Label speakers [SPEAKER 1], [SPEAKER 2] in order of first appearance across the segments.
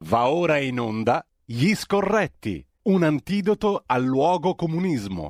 [SPEAKER 1] Va ora in onda Gli Scorretti, un antidoto al luogo comunismo.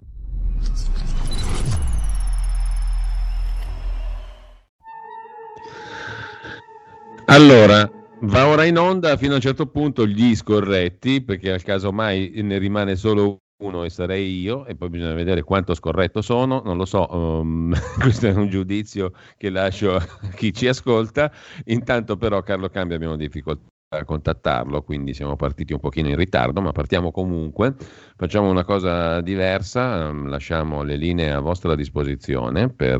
[SPEAKER 2] Allora, va ora in onda fino a un certo punto Gli Scorretti, perché al caso mai ne rimane solo uno e sarei io, e poi bisogna vedere quanto scorretto sono, non lo so, questo è un giudizio che lascio a chi ci ascolta. Intanto però Carlo Cambi abbiamo difficoltà a contattarlo, quindi siamo partiti un pochino in ritardo, ma partiamo comunque. Facciamo una cosa diversa, lasciamo le linee a vostra disposizione per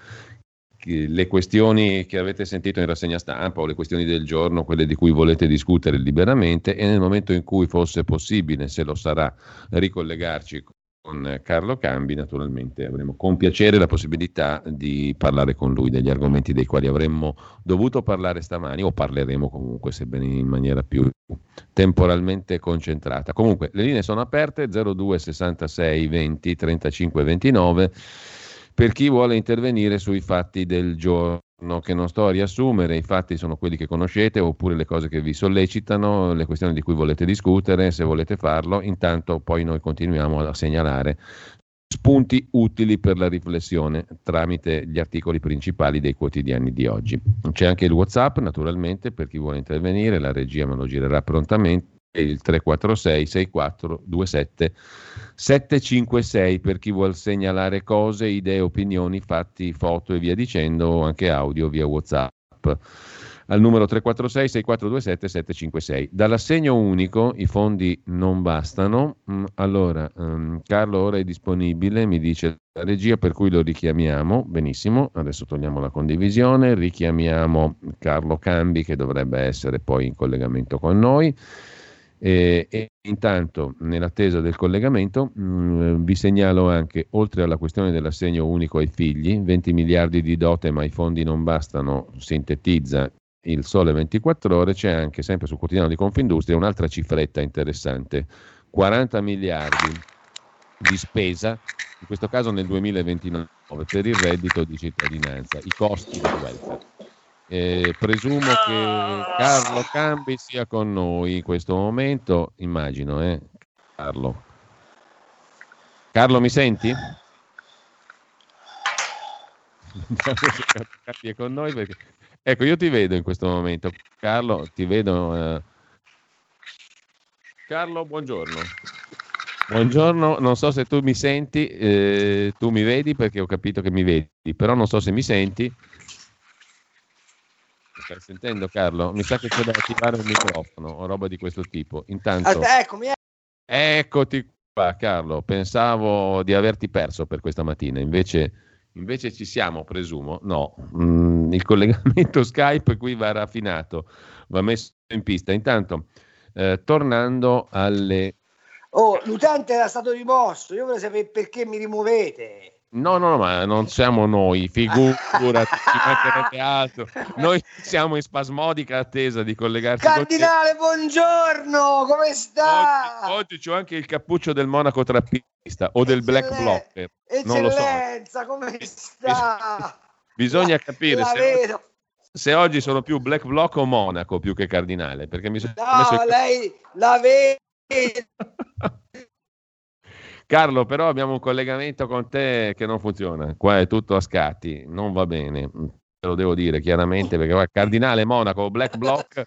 [SPEAKER 2] le questioni che avete sentito in rassegna stampa o le questioni del giorno, quelle di cui volete discutere liberamente, e nel momento in cui fosse possibile, se lo sarà, ricollegarci con Carlo Cambi, naturalmente avremo con piacere la possibilità di parlare con lui degli argomenti dei quali avremmo dovuto parlare stamani, o parleremo comunque, sebbene in maniera più temporalmente concentrata. Comunque le linee sono aperte, 02 66 20 35 29, per chi vuole intervenire sui fatti del giorno, che non sto a riassumere. I fatti sono quelli che conoscete, oppure le cose che vi sollecitano, le questioni di cui volete discutere, se volete farlo. Intanto poi noi continuiamo a segnalare spunti utili per la riflessione tramite gli articoli principali dei quotidiani di oggi. C'è anche il WhatsApp, naturalmente, per chi vuole intervenire, la regia me lo girerà prontamente, il 346 6427 756 per chi vuol segnalare cose, idee, opinioni, fatti, foto e via dicendo, o anche audio via WhatsApp al numero 346 6427 756. Dall'assegno unico i fondi non bastano. Allora, Carlo ora è disponibile, mi dice la regia, per cui lo richiamiamo. Benissimo, adesso togliamo la condivisione, richiamiamo Carlo Cambi, che dovrebbe essere poi in collegamento con noi. E intanto, nell'attesa del collegamento, vi segnalo anche, oltre alla questione dell'assegno unico ai figli, 20 miliardi di dote ma i fondi non bastano, sintetizza il Sole 24 Ore, c'è anche, sempre sul quotidiano di Confindustria, un'altra cifretta interessante: 40 miliardi di spesa, in questo caso nel 2029, per il reddito di cittadinanza, i costi del welfare. Presumo che Carlo Cambi sia con noi in questo momento, immagino, Carlo. Carlo, mi senti? Cambi è con noi perché... Ecco, io ti vedo in questo momento. Carlo, ti vedo. Carlo, buongiorno. Buongiorno, non so se tu mi senti, tu mi vedi, perché ho capito che mi vedi, però non so se mi senti. Stai sentendo, Carlo? Mi sa che c'è da attivare un microfono o roba di questo tipo. Intanto,
[SPEAKER 3] eccomi.
[SPEAKER 2] Eccoti qua, Carlo. Pensavo di averti perso per questa mattina, invece ci siamo, presumo. No, il collegamento Skype qui va raffinato, va messo in pista. Intanto, tornando alle...
[SPEAKER 3] l'utente era stato rimosso, io voglio sapere perché mi rimuovete.
[SPEAKER 2] No, ma non siamo noi, figurati, ci mancherebbe altro. Noi siamo in spasmodica attesa di collegarci
[SPEAKER 3] Cardinale, buongiorno, come sta?
[SPEAKER 2] Oggi c'ho anche il cappuccio del monaco trappista o del black blocker. Non lo so.
[SPEAKER 3] Eccellenza, come sta?
[SPEAKER 2] Bisogna capire se oggi sono più black block o monaco più che cardinale, perché mi sono messo
[SPEAKER 3] lei la vede.
[SPEAKER 2] Carlo, però abbiamo un collegamento con te che non funziona. Qua è tutto a scatti, non va bene. Te lo devo dire chiaramente, perché qua cardinale, monaco, black block.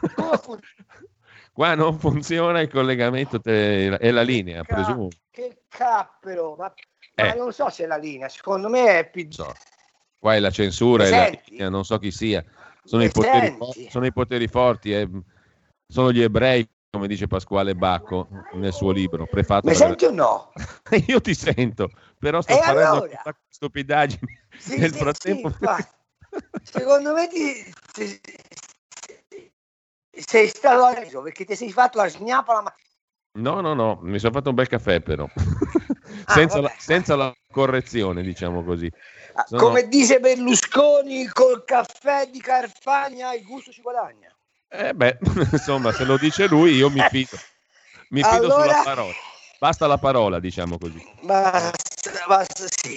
[SPEAKER 2] Qua non funziona il collegamento e la linea, presumo.
[SPEAKER 3] Che cappero, ma non so se è la linea, secondo me è più...
[SPEAKER 2] Qua è la censura, è la linea, non so chi sia. Sono i poteri forti, sono gli ebrei, come dice Pasquale Bacco nel suo libro prefatto.
[SPEAKER 3] Mi senti o no?
[SPEAKER 2] Io ti sento, però sto parlando di stupidaggini. Nel frattempo...
[SPEAKER 3] Secondo me sei stato arreso perché ti sei fatto la sgnappa.
[SPEAKER 2] No, mi sono fatto un bel caffè però. senza la correzione, diciamo così.
[SPEAKER 3] Come dice Berlusconi, col caffè di Carfagna il gusto ci guadagna.
[SPEAKER 2] Insomma, se lo dice lui, io mi fido. Mi fido sulla parola. Basta la parola, diciamo così.
[SPEAKER 3] Basta, sì.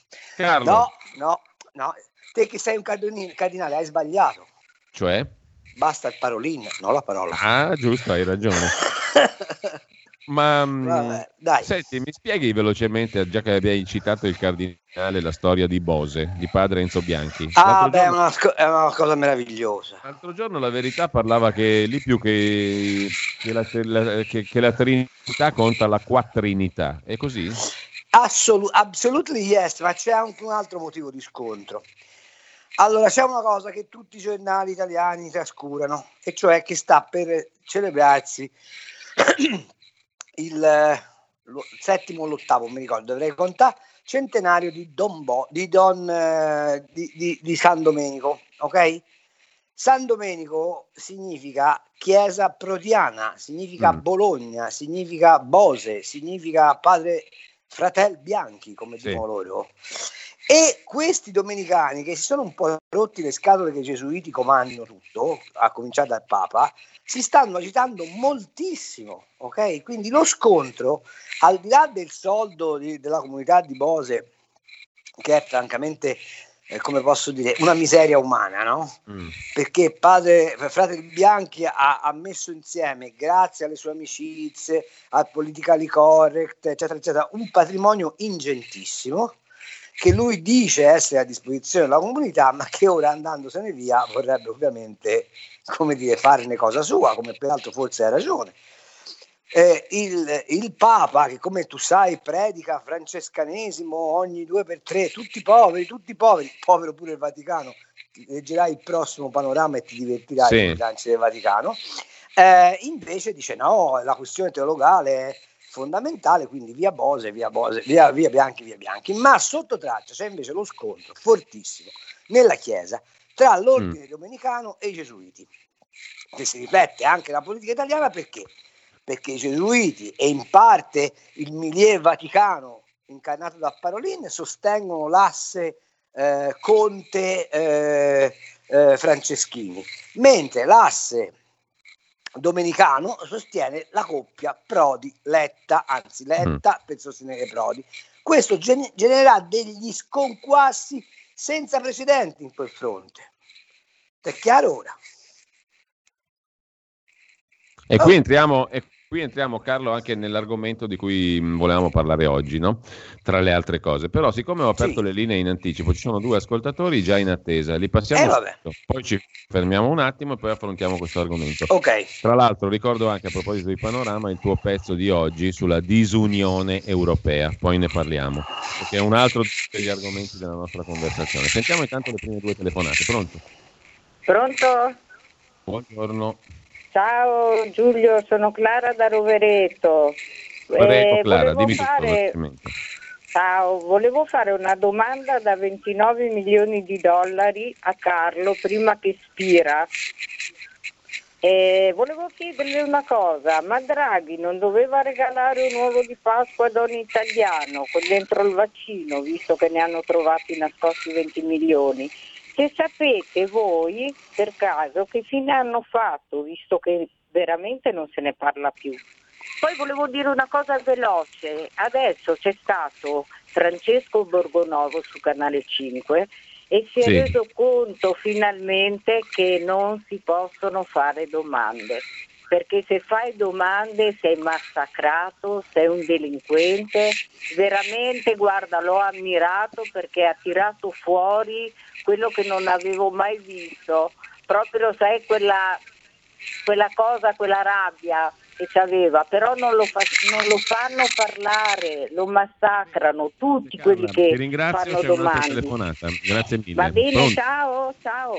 [SPEAKER 2] Carlo.
[SPEAKER 3] No. Te che sei un cardinale, hai sbagliato.
[SPEAKER 2] Cioè?
[SPEAKER 3] basta il parolin, non la parola.
[SPEAKER 2] Ah, giusto, hai ragione. Ma
[SPEAKER 3] Vabbè, dai.
[SPEAKER 2] senti, mi spieghi velocemente, già che abbiamo citato il cardinale, la storia di Bose, di padre Enzo Bianchi.
[SPEAKER 3] È una cosa meravigliosa.
[SPEAKER 2] L'altro giorno la Verità parlava che lì più che la Trinità conta la quattrinità. È così?
[SPEAKER 3] Absolutely yes, ma c'è anche un altro motivo di scontro. Allora, c'è una cosa che tutti i giornali italiani trascurano, e cioè che sta per celebrarsi il settimo o l'ottavo, mi ricordo, dovrei contare, centenario di San Domenico, ok? San Domenico significa chiesa protiana, significa Bologna, significa Bose, significa padre Fratel Bianchi, come dicono loro. E questi domenicani, che si sono un po' rotti le scatole che i gesuiti comandino tutto, a cominciare dal Papa, si stanno agitando moltissimo, ok? Quindi lo scontro, al di là del soldo della comunità di Bose, che è francamente, come posso dire, una miseria umana, no? Perché frate Bianchi ha messo insieme, grazie alle sue amicizie, al politically correct, eccetera, eccetera, un patrimonio ingentissimo, che lui dice essere a disposizione della comunità, ma che ora, andandosene via, vorrebbe ovviamente, come dire, farne cosa sua, come peraltro forse ha ragione. Il Papa, che come tu sai predica francescanesimo ogni 2x3, tutti poveri, povero pure il Vaticano, leggerai il prossimo Panorama e ti divertirai con i bilanci del Vaticano, invece dice no, la questione teologale è fondamentale, quindi via Bose, via Bianchi, ma sotto traccia c'è invece lo scontro fortissimo nella Chiesa tra l'ordine domenicano e i gesuiti, che si ripete anche nella politica italiana. Perché i gesuiti e in parte il milieu vaticano incarnato da Parolin sostengono l'asse Conte Franceschini, mentre l'asse domenicano sostiene la coppia Prodi-Letta, anzi Letta per sostenere Prodi. Questo genererà degli sconquassi senza precedenti in quel fronte. È chiaro ora?
[SPEAKER 2] E qui entriamo, Carlo, anche nell'argomento di cui volevamo parlare oggi, no? Tra le altre cose. Però, siccome ho aperto le linee in anticipo, ci sono 2 ascoltatori già in attesa, li passiamo subito, poi ci fermiamo un attimo e poi affrontiamo questo argomento.
[SPEAKER 3] Ok.
[SPEAKER 2] Tra l'altro, ricordo anche, a proposito di Panorama, il tuo pezzo di oggi sulla disunione europea, poi ne parliamo, perché è un altro degli argomenti della nostra conversazione. Sentiamo intanto le prime 2 telefonate. Pronto? Buongiorno.
[SPEAKER 4] Ciao Giulio, sono Clara da Rovereto.
[SPEAKER 2] Prego Clara, dimmi tutto velocemente.
[SPEAKER 4] Ciao, volevo fare una domanda da $29 milioni a Carlo prima che spira. Volevo chiederle una cosa, ma Draghi non doveva regalare un uovo di Pasqua ad ogni italiano con dentro il vaccino, visto che ne hanno trovati nascosti 20 milioni? Se sapete voi, per caso, che fine hanno fatto, visto che veramente non se ne parla più. Poi volevo dire una cosa veloce. Adesso c'è stato Francesco Borgonovo su Canale 5 e si è reso conto finalmente che non si possono fare domande. Perché se fai domande sei massacrato, sei un delinquente. Veramente, guarda, l'ho ammirato perché ha tirato fuori quello che non avevo mai visto. Proprio, sai, quella cosa, quella rabbia che c'aveva, però non lo fanno parlare, lo massacrano tutti quelli che fanno domande.
[SPEAKER 2] Grazie mille.
[SPEAKER 4] Va bene, ciao.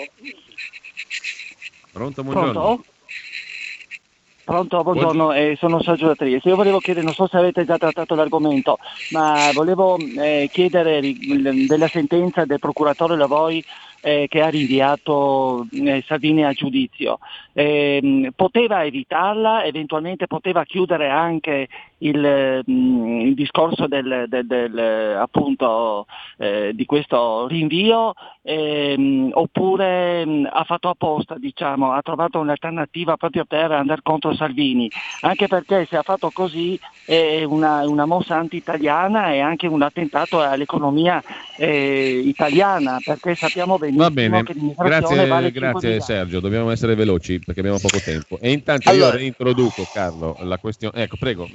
[SPEAKER 2] Pronto, buongiorno.
[SPEAKER 5] Pronto, buongiorno, sono Sergio da Trieste. Io volevo chiedere, non so se avete già trattato l'argomento, ma volevo chiedere della sentenza del procuratore Lavoi che ha rinviato Salvini a giudizio. Poteva evitarla, eventualmente poteva chiudere anche il discorso appunto di questo rinvio, oppure ha fatto apposta, diciamo, ha trovato un'alternativa proprio per andare contro Salvini, anche perché se ha fatto così è una mossa anti-italiana e anche un attentato all'economia italiana, perché sappiamo benissimo.
[SPEAKER 2] Va bene,
[SPEAKER 5] che l'immigrazione vale 5
[SPEAKER 2] grazie
[SPEAKER 5] miliardi.
[SPEAKER 2] Sergio, dobbiamo essere veloci perché abbiamo poco tempo. E intanto
[SPEAKER 3] Allora,
[SPEAKER 2] io reintroduco, Carlo, la questione. Ecco, prego.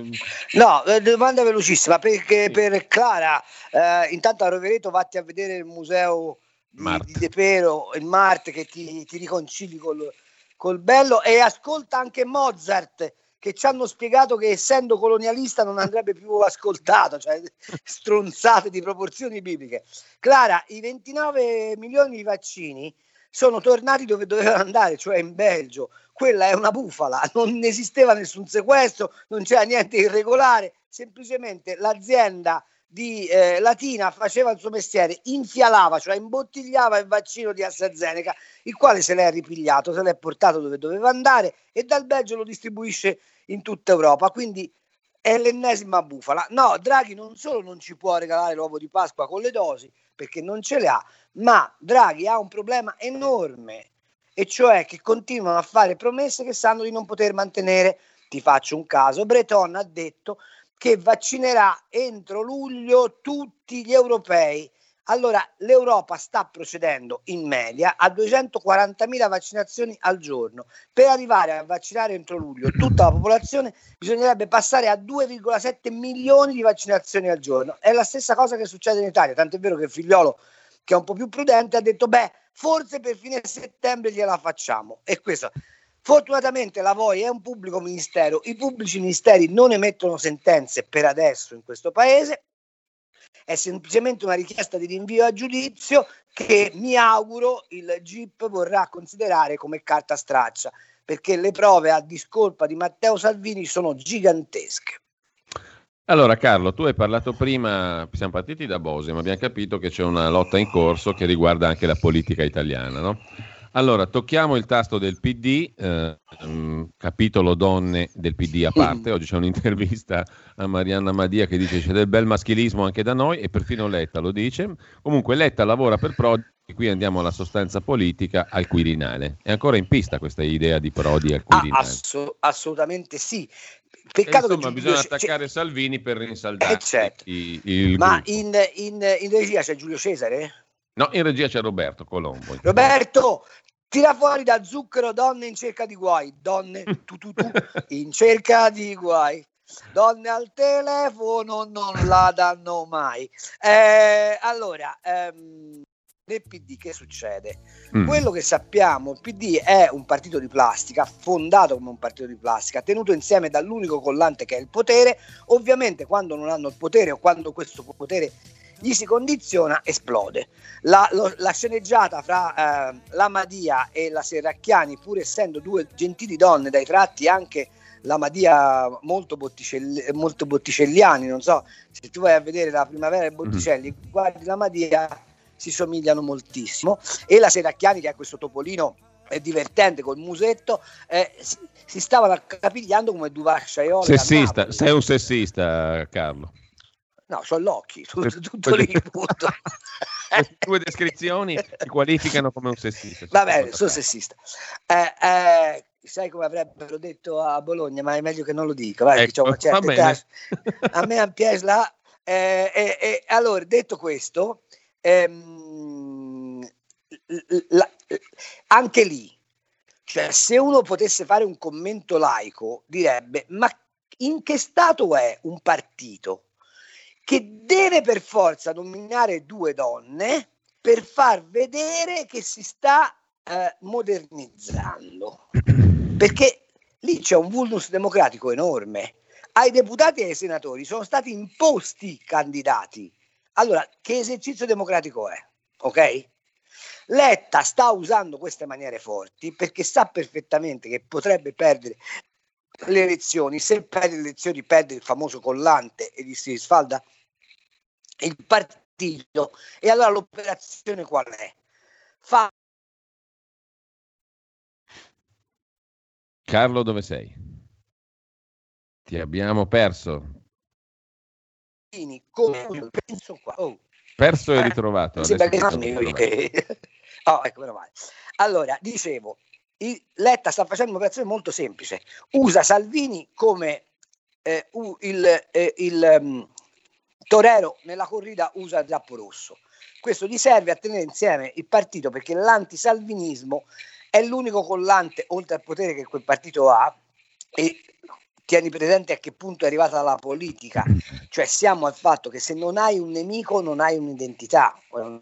[SPEAKER 3] no, domanda velocissima, perché per Clara, intanto a Rovereto vatti a vedere il museo di De Pero, il Marte, che ti riconcili col bello, e ascolta anche Mozart, che ci hanno spiegato che essendo colonialista non andrebbe più ascoltato, cioè stronzate di proporzioni bibliche. Clara, i 29 milioni di vaccini sono tornati dove dovevano andare, cioè in Belgio. Quella è una bufala, non esisteva nessun sequestro, non c'era niente di irregolare, semplicemente l'azienda di Latina faceva il suo mestiere, infialava, cioè imbottigliava il vaccino di AstraZeneca, il quale se l'è ripigliato, se l'è portato dove doveva andare e dal Belgio lo distribuisce in tutta Europa, quindi è l'ennesima bufala. No, Draghi non solo non ci può regalare l'uovo di Pasqua con le dosi, perché non ce le ha, ma Draghi ha un problema enorme, e cioè che continuano a fare promesse che sanno di non poter mantenere. Ti faccio un caso: Breton ha detto che vaccinerà entro luglio tutti gli europei. Allora l'Europa sta procedendo in media a 240.000 vaccinazioni al giorno. Per arrivare a vaccinare entro luglio tutta la popolazione bisognerebbe passare a 2,7 milioni di vaccinazioni al giorno. È la stessa cosa che succede in Italia, tant'è vero che Figliolo, che è un po' più prudente, ha detto forse per fine settembre gliela facciamo. E questo, fortunatamente la VOI è un pubblico ministero, i pubblici ministeri non emettono sentenze per adesso in questo paese, è semplicemente una richiesta di rinvio a giudizio che mi auguro il GIP vorrà considerare come carta straccia, perché le prove a discolpa di Matteo Salvini sono gigantesche.
[SPEAKER 2] Allora Carlo, tu hai parlato prima, siamo partiti da Bose, ma abbiamo capito che c'è una lotta in corso che riguarda anche la politica italiana, no? Allora, tocchiamo il tasto del PD, capitolo donne del PD a parte. Oggi c'è un'intervista a Marianna Madia che dice c'è del bel maschilismo anche da noi, e perfino Letta lo dice. Comunque Letta lavora per Prodi, qui andiamo alla sostanza politica, al Quirinale. È ancora in pista questa idea di Prodi al Quirinale?
[SPEAKER 3] Assolutamente sì. Peccato
[SPEAKER 2] insomma,
[SPEAKER 3] che
[SPEAKER 2] bisogna attaccare Salvini per rinsaldare
[SPEAKER 3] certo.
[SPEAKER 2] il
[SPEAKER 3] Ma
[SPEAKER 2] gruppo.
[SPEAKER 3] in regia c'è Giulio Cesare?
[SPEAKER 2] No, in regia c'è Roberto Colombo.
[SPEAKER 3] Roberto, tira fuori da Zucchero Donne in cerca di guai. Donne, tu in cerca di guai. Donne al telefono non la danno mai. Allora, nel PD che succede? Quello che sappiamo, il PD è un partito di plastica, fondato come un partito di plastica, tenuto insieme dall'unico collante che è il potere. Ovviamente quando non hanno il potere o quando questo potere gli si condiziona, esplode. La sceneggiata fra la Madia e la Serracchiani, pur essendo due gentili donne dai tratti anche la Madia molto botticelliani, non so se tu vai a vedere La primavera dei Botticelli, guardi la Madia, si somigliano moltissimo, e la Serracchiani, che ha questo topolino divertente col musetto, si stavano accapigliando come Duval Sciaioli.
[SPEAKER 2] Sessista, sei un sessista, Carlo.
[SPEAKER 3] No, c'ho l'occhio, tutto lì, punto.
[SPEAKER 2] Queste tue descrizioni ti qualificano come un sessista.
[SPEAKER 3] Va bene, sono sessista. Sai come avrebbero detto a Bologna, ma è meglio che non lo dica. Vai,
[SPEAKER 2] ecco,
[SPEAKER 3] una certa età. A me non piace là. Allora, detto questo, anche lì, cioè, se uno potesse fare un commento laico, direbbe: ma in che stato è un partito che deve per forza nominare due donne per far vedere che si sta modernizzando? Perché lì c'è un vulnus democratico enorme. Ai deputati e ai senatori sono stati imposti candidati. Allora, che esercizio democratico è? Ok? Letta sta usando queste maniere forti perché sa perfettamente che potrebbe perdere le elezioni. Se perde le elezioni, perde il famoso collante e gli si sfalda il partito. E allora l'operazione qual è?
[SPEAKER 2] Carlo, dove sei? Ti abbiamo perso.
[SPEAKER 3] Penso qua.
[SPEAKER 2] Perso e ritrovato.
[SPEAKER 3] Ecco, meno male. Allora, dicevo, Letta sta facendo un'operazione molto semplice. Usa Salvini come il torero nella corrida usa il drappo rosso. questo gli serve a tenere insieme il partito, perché l'antisalvinismo è l'unico collante oltre al potere che quel partito ha. E tieni presente a che punto è arrivata la politica, cioè siamo al fatto che se non hai un nemico non hai un'identità.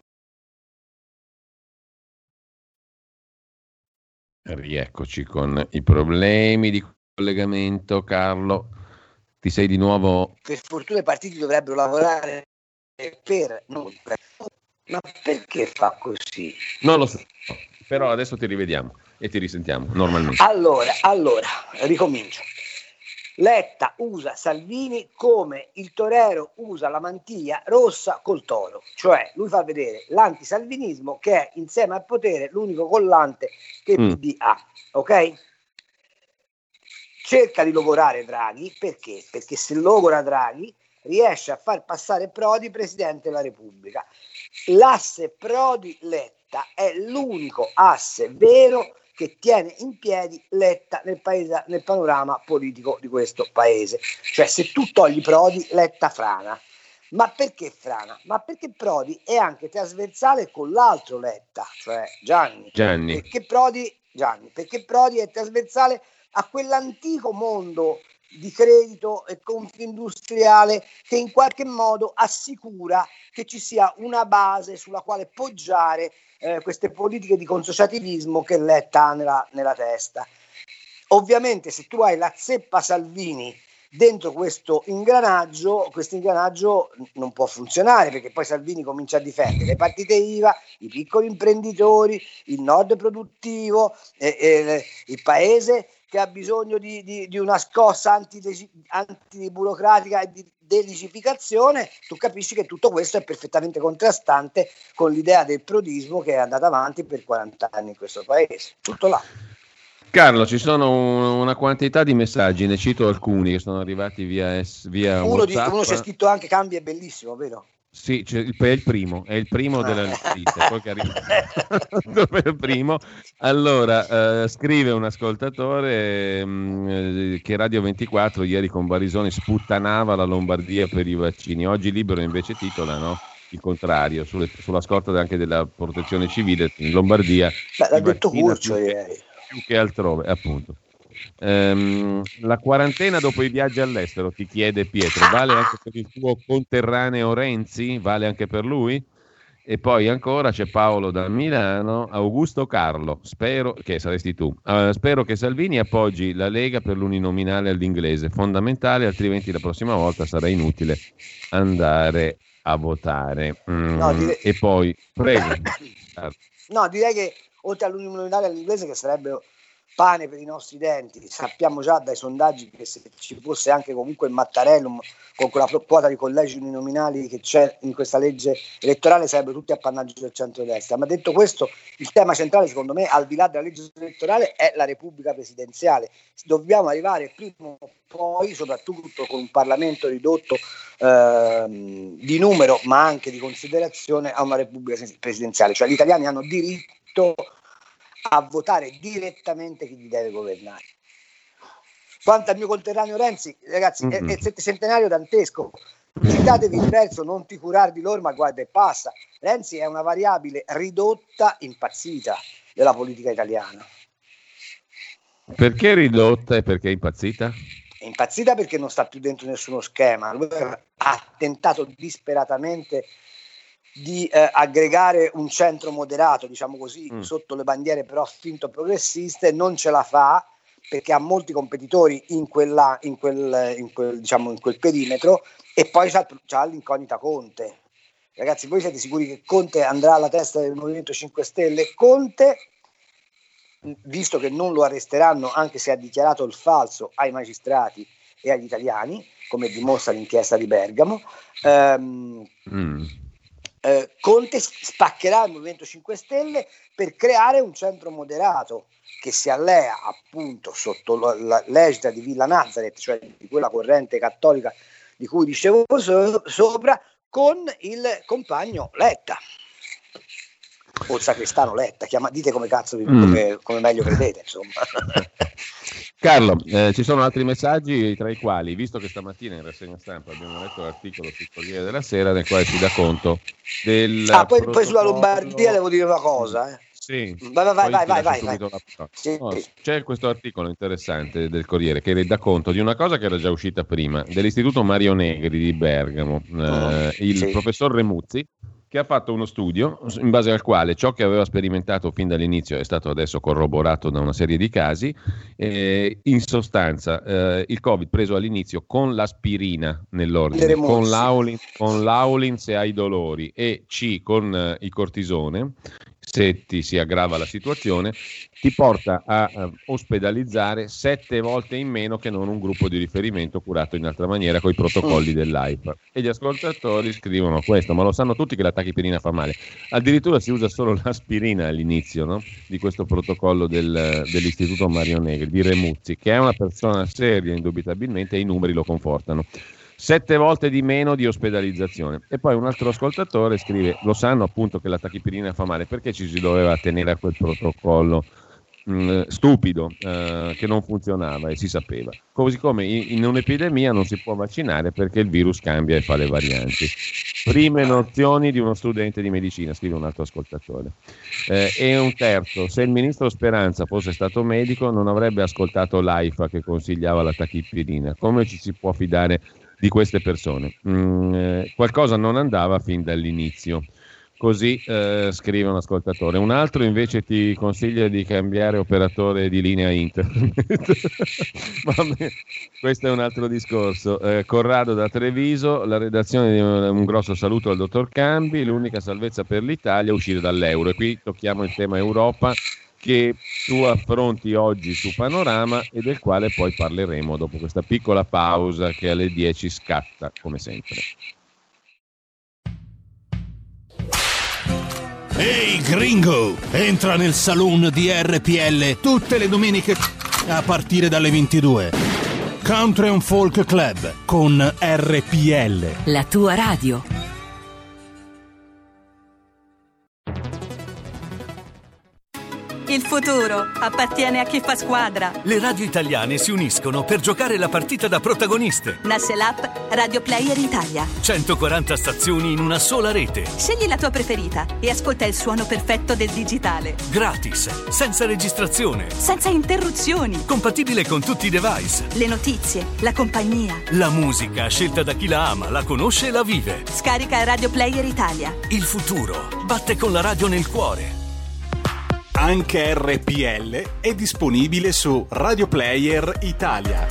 [SPEAKER 2] Rieccoci con i problemi di collegamento, Carlo. Ti sei di nuovo...
[SPEAKER 3] Per fortuna i partiti dovrebbero lavorare per noi. Ma perché fa così?
[SPEAKER 2] Non lo so, però adesso ti rivediamo e ti risentiamo normalmente.
[SPEAKER 3] Allora, ricomincio. Letta usa Salvini come il torero usa la mantiglia rossa col toro, cioè lui fa vedere l'antisalvinismo che è insieme al potere l'unico collante che il PD ha, ok? Cerca di logorare Draghi, perché? Perché se logora Draghi riesce a far passare Prodi presidente della Repubblica. L'asse Prodi-Letta è l'unico asse vero che tiene in piedi Letta nel panorama politico di questo paese. Cioè se tu togli Prodi, Letta frana. Ma perché frana? Ma perché Prodi è anche trasversale con l'altro Letta, cioè Gianni. Perché Prodi è trasversale a quell'antico mondo di credito e confindustriale che in qualche modo assicura che ci sia una base sulla quale poggiare queste politiche di consociativismo che Letta ha nella testa. Ovviamente se tu hai la zeppa Salvini dentro questo ingranaggio non può funzionare, perché poi Salvini comincia a difendere le partite IVA, i piccoli imprenditori, il nord produttivo, il paese che ha bisogno di una scossa antiburocratica e di delicificazione. Tu capisci che tutto questo è perfettamente contrastante con l'idea del prodismo che è andata avanti per 40 anni in questo paese. Tutto là.
[SPEAKER 2] Carlo, ci sono una quantità di messaggi, ne cito alcuni che sono arrivati via WhatsApp.
[SPEAKER 3] Uno c'è scritto anche Cambi è bellissimo, vero?
[SPEAKER 2] Sì, è il primo della notizia, poi che arriva dopo il primo. Allora, scrive un ascoltatore che Radio 24 ieri con Barisoni sputtanava la Lombardia per i vaccini. Oggi Libero invece titola, no? Il contrario, sulla scorta anche della protezione civile in Lombardia.
[SPEAKER 3] L'ha detto Curcio ieri.
[SPEAKER 2] Più che altrove, appunto. La quarantena dopo i viaggi all'estero, ti chiede Pietro, vale anche per il tuo conterraneo Renzi? Vale anche per lui? E poi ancora c'è Paolo da Milano. Augusto Carlo, spero che saresti tu, spero che Salvini appoggi la Lega per l'uninominale all'inglese, fondamentale, altrimenti la prossima volta sarà inutile andare a votare. E poi prego.
[SPEAKER 3] No, direi che oltre all'uninominale all'inglese, che sarebbe pane per i nostri denti, sappiamo già dai sondaggi che se ci fosse anche comunque il Mattarellum con quella quota di collegi uninominali che c'è in questa legge elettorale, sarebbero tutti appannaggio del centrodestra. Ma detto questo, il tema centrale secondo me, al di là della legge elettorale, è la Repubblica presidenziale. Dobbiamo arrivare prima o poi, soprattutto con un Parlamento ridotto di numero ma anche di considerazione, a una Repubblica presidenziale, cioè gli italiani hanno diritto a votare direttamente chi gli deve governare. Quanto al mio conterraneo Renzi, ragazzi, è il settecentenario dantesco. Citatevi il verso non ti curar di loro, ma guarda e passa. Renzi è una variabile ridotta, impazzita della politica italiana.
[SPEAKER 2] Perché ridotta e perché impazzita?
[SPEAKER 3] È impazzita perché non sta più dentro nessuno schema. Lui ha tentato disperatamente di aggregare un centro moderato, diciamo così, sotto le bandiere però finto progressiste, non ce la fa perché ha molti competitori in quel perimetro, e poi c'ha l'incognita Conte. Ragazzi, voi siete sicuri che Conte andrà alla testa del Movimento 5 Stelle? Conte, visto che non lo arresteranno anche se ha dichiarato il falso ai magistrati e agli italiani, come dimostra l'inchiesta di Bergamo, Conte spaccherà il Movimento 5 Stelle per creare un centro moderato che si allea appunto sotto l'egida di Villa Nazareth, cioè di quella corrente cattolica di cui dicevo sopra, con il compagno Letta o il sacrestano Letta, dite come cazzo come meglio credete, insomma.
[SPEAKER 2] Carlo, ci sono altri messaggi, tra i quali, visto che stamattina in rassegna stampa abbiamo letto l'articolo sul Corriere della Sera nel quale si dà conto del
[SPEAKER 3] poi sulla Lombardia devo dire una cosa.
[SPEAKER 2] Sì,
[SPEAKER 3] vai.
[SPEAKER 2] Sì. No, c'è questo articolo interessante del Corriere che dà conto di una cosa che era già uscita prima, dell'Istituto Mario Negri di Bergamo, professor Remuzzi, che ha fatto uno studio in base al quale ciò che aveva sperimentato fin dall'inizio è stato adesso corroborato da una serie di casi. In sostanza il Covid preso all'inizio con l'aspirina nell'ordine, con l'Aulin se hai dolori e con il cortisone, se ti si aggrava la situazione, ti porta a ospedalizzare 7 volte in meno che non un gruppo di riferimento curato in altra maniera con i protocolli dell'AIFA. E gli ascoltatori scrivono questo, ma lo sanno tutti che la tachipirina fa male. Addirittura si usa solo l'aspirina all'inizio, no? Di questo protocollo dell'Istituto Mario Negri, di Remuzzi, che è una persona seria indubitabilmente, e i numeri lo confortano. 7 volte di meno di ospedalizzazione. E poi un altro ascoltatore scrive: lo sanno appunto che la tachipirina fa male, perché ci si doveva tenere a quel protocollo stupido che non funzionava e si sapeva. Così come in un'epidemia non si può vaccinare perché il virus cambia e fa le varianti. Prime nozioni di uno studente di medicina, scrive un altro ascoltatore. E un terzo: se il ministro Speranza fosse stato medico non avrebbe ascoltato l'AIFA che consigliava la tachipirina. Come ci si può fidare di queste persone? Qualcosa non andava fin dall'inizio. Così scrive un ascoltatore. Un altro invece ti consiglia di cambiare operatore di linea internet. Vabbè, questo è un altro discorso. Corrado da Treviso, la redazione di un grosso saluto al dottor Cambi. L'unica salvezza per l'Italia è uscire dall'euro. E qui tocchiamo il tema Europa, che tu affronti oggi su Panorama e del quale poi parleremo dopo questa piccola pausa che alle 10 scatta, come sempre.
[SPEAKER 6] Ehi gringo, entra nel saloon di RPL tutte le domeniche a partire dalle 22. Country and Folk Club con RPL.
[SPEAKER 7] La tua radio. Il futuro appartiene a chi fa squadra.
[SPEAKER 8] Le radio italiane si uniscono per giocare la partita da protagoniste.
[SPEAKER 7] Nasce l'app Radio Player Italia.
[SPEAKER 8] 140 stazioni in una sola rete.
[SPEAKER 7] Scegli la tua preferita e ascolta il suono perfetto del digitale.
[SPEAKER 8] Gratis, senza registrazione.
[SPEAKER 7] Senza interruzioni.
[SPEAKER 8] Compatibile con tutti i device.
[SPEAKER 7] Le notizie, la compagnia.
[SPEAKER 8] La musica scelta da chi la ama, la conosce e la vive.
[SPEAKER 7] Scarica Radio Player Italia.
[SPEAKER 8] Il futuro batte con la radio nel cuore.
[SPEAKER 6] Anche RPL è disponibile su Radio Player Italia.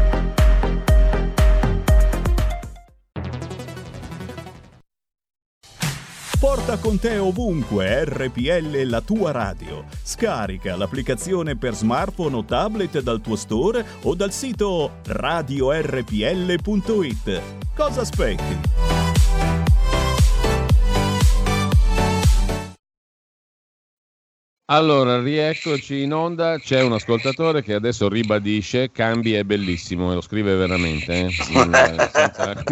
[SPEAKER 6] Porta con te ovunque RPL, la tua radio. Scarica l'applicazione per smartphone o tablet dal tuo store o dal sito radiorpl.it. Cosa aspetti?
[SPEAKER 2] Allora, rieccoci in onda. C'è un ascoltatore che adesso ribadisce: Cambi è bellissimo, e lo scrive veramente, senza...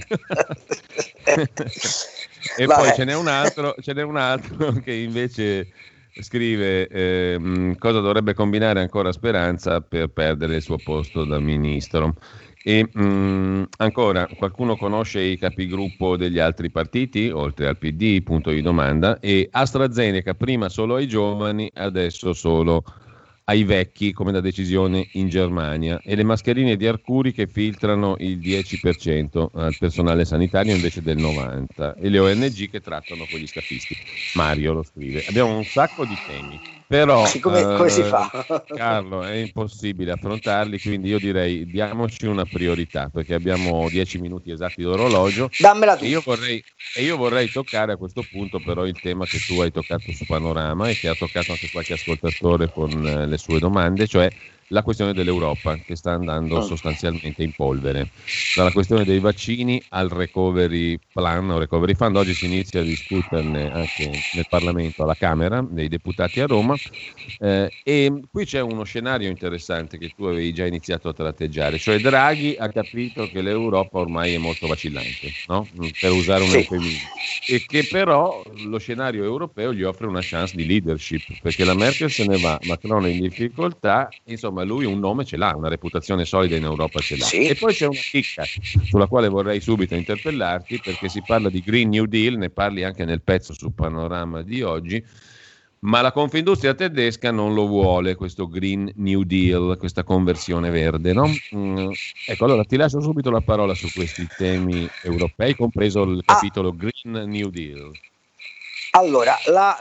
[SPEAKER 2] E poi ce n'è un altro che invece scrive cosa dovrebbe combinare ancora Speranza per perdere il suo posto da ministro. E ancora, qualcuno conosce i capigruppo degli altri partiti, oltre al PD, punto di domanda. E AstraZeneca prima solo ai giovani, adesso solo ai vecchi, come da decisione in Germania. E le mascherine di Arcuri che filtrano il 10% al personale sanitario invece del 90%. E le ONG che trattano quegli scafisti. Mario lo scrive. Abbiamo un sacco di temi, però
[SPEAKER 3] come si fa?
[SPEAKER 2] Carlo, è impossibile affrontarli, quindi io direi diamoci una priorità, perché abbiamo 10 minuti esatti d'orologio.
[SPEAKER 3] Dammela tu.
[SPEAKER 2] E io vorrei toccare a questo punto però il tema che tu hai toccato su Panorama e che ha toccato anche qualche ascoltatore con le sue domande, cioè la questione dell'Europa, che sta andando sostanzialmente in polvere. Dalla questione dei vaccini al recovery plan o recovery fund, oggi si inizia a discuterne anche nel Parlamento, alla Camera dei Deputati a Roma, e qui c'è uno scenario interessante che tu avevi già iniziato a tratteggiare, cioè Draghi ha capito che l'Europa ormai è molto vacillante, no? Per usare un eufemismo, e che però lo scenario europeo gli offre una chance di leadership, perché la Merkel se ne va, Macron è in difficoltà, insomma ma lui un nome ce l'ha, una reputazione solida in Europa ce l'ha.
[SPEAKER 3] Sì.
[SPEAKER 2] E poi c'è una chicca sulla quale vorrei subito interpellarti, perché si parla di Green New Deal, ne parli anche nel pezzo su Panorama di oggi, ma la Confindustria tedesca non lo vuole, questo Green New Deal, questa conversione verde, no? Ecco, allora ti lascio subito la parola su questi temi europei, compreso il capitolo Green New Deal.
[SPEAKER 3] Allora,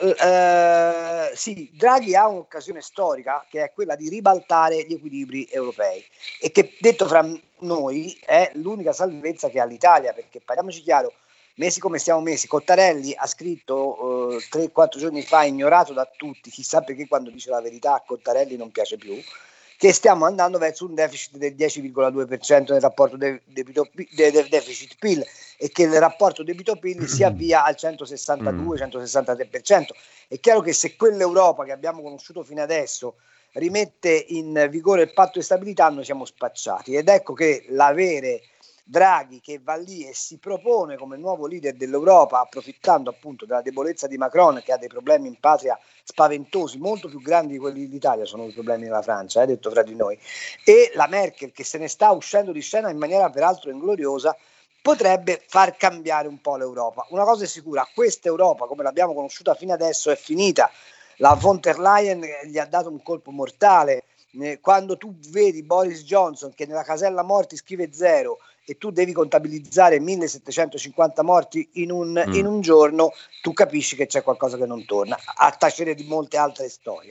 [SPEAKER 3] sì, Draghi ha un'occasione storica che è quella di ribaltare gli equilibri europei e che, detto fra noi, è l'unica salvezza che ha l'Italia, perché parliamoci chiaro, messi come stiamo messi, Cottarelli ha scritto 3-4 giorni fa, ignorato da tutti, chissà perché quando dice la verità a Cottarelli non piace più, che stiamo andando verso un deficit del 10,2% nel rapporto del deficit-PIL e che il rapporto debito-PIL si avvia al 162-163%. È chiaro che se quell'Europa che abbiamo conosciuto fino adesso rimette in vigore il patto di stabilità, noi siamo spacciati, ed ecco che l'avere Draghi che va lì e si propone come nuovo leader dell'Europa, approfittando appunto della debolezza di Macron, che ha dei problemi in patria spaventosi, molto più grandi di quelli dell'Italia, sono i problemi della Francia, detto fra di noi, e la Merkel che se ne sta uscendo di scena in maniera peraltro ingloriosa, potrebbe far cambiare un po' l'Europa. Una cosa è sicura, questa Europa come l'abbiamo conosciuta fino adesso è finita. La von der Leyen gli ha dato un colpo mortale. Quando tu vedi Boris Johnson che nella casella morti scrive 0 e tu devi contabilizzare 1750 morti in un giorno, tu capisci che c'è qualcosa che non torna, a tacere di molte altre storie.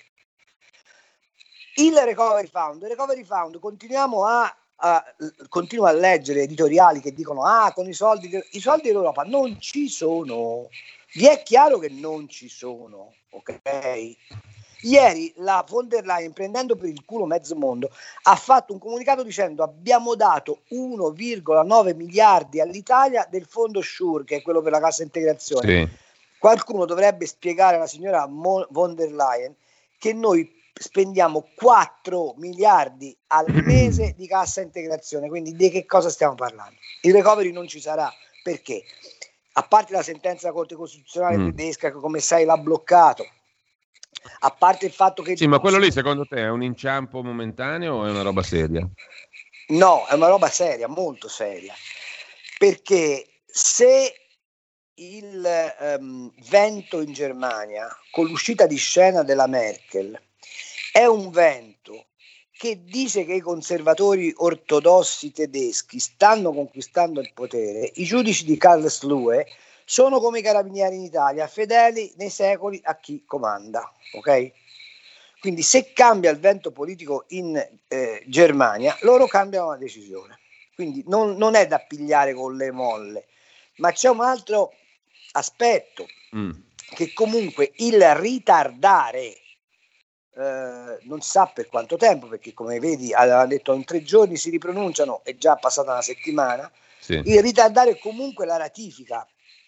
[SPEAKER 3] Il Recovery Fund continuo a leggere editoriali che dicono con i soldi dell'Europa non ci sono, vi è chiaro che non ci sono, ok? Ieri la von der Leyen, prendendo per il culo mezzo mondo, ha fatto un comunicato dicendo abbiamo dato 1,9 miliardi all'Italia del fondo SURE, che è quello per la cassa integrazione.
[SPEAKER 2] Sì.
[SPEAKER 3] Qualcuno dovrebbe spiegare alla signora von der Leyen che noi spendiamo 4 miliardi al mese di cassa integrazione, quindi di che cosa stiamo parlando? Il recovery non ci sarà, perché? A parte la sentenza della Corte Costituzionale tedesca che come sai l'ha bloccato, a parte il fatto che...
[SPEAKER 2] Sì, ma quello lì secondo te è un inciampo momentaneo o è una roba seria?
[SPEAKER 3] No, è una roba seria, molto seria, perché se il vento in Germania con l'uscita di scena della Merkel è un vento che dice che i conservatori ortodossi tedeschi stanno conquistando il potere, i giudici di Karlsruhe sono come i carabinieri in Italia, fedeli nei secoli a chi comanda, ok? Quindi se cambia il vento politico in Germania, loro cambiano la decisione. Quindi non è da pigliare con le molle, ma c'è un altro aspetto, che comunque il ritardare, non si sa per quanto tempo, perché come vedi aveva detto in 3 giorni si ripronunciano, è già passata una settimana, sì. Il ritardare comunque la ratifica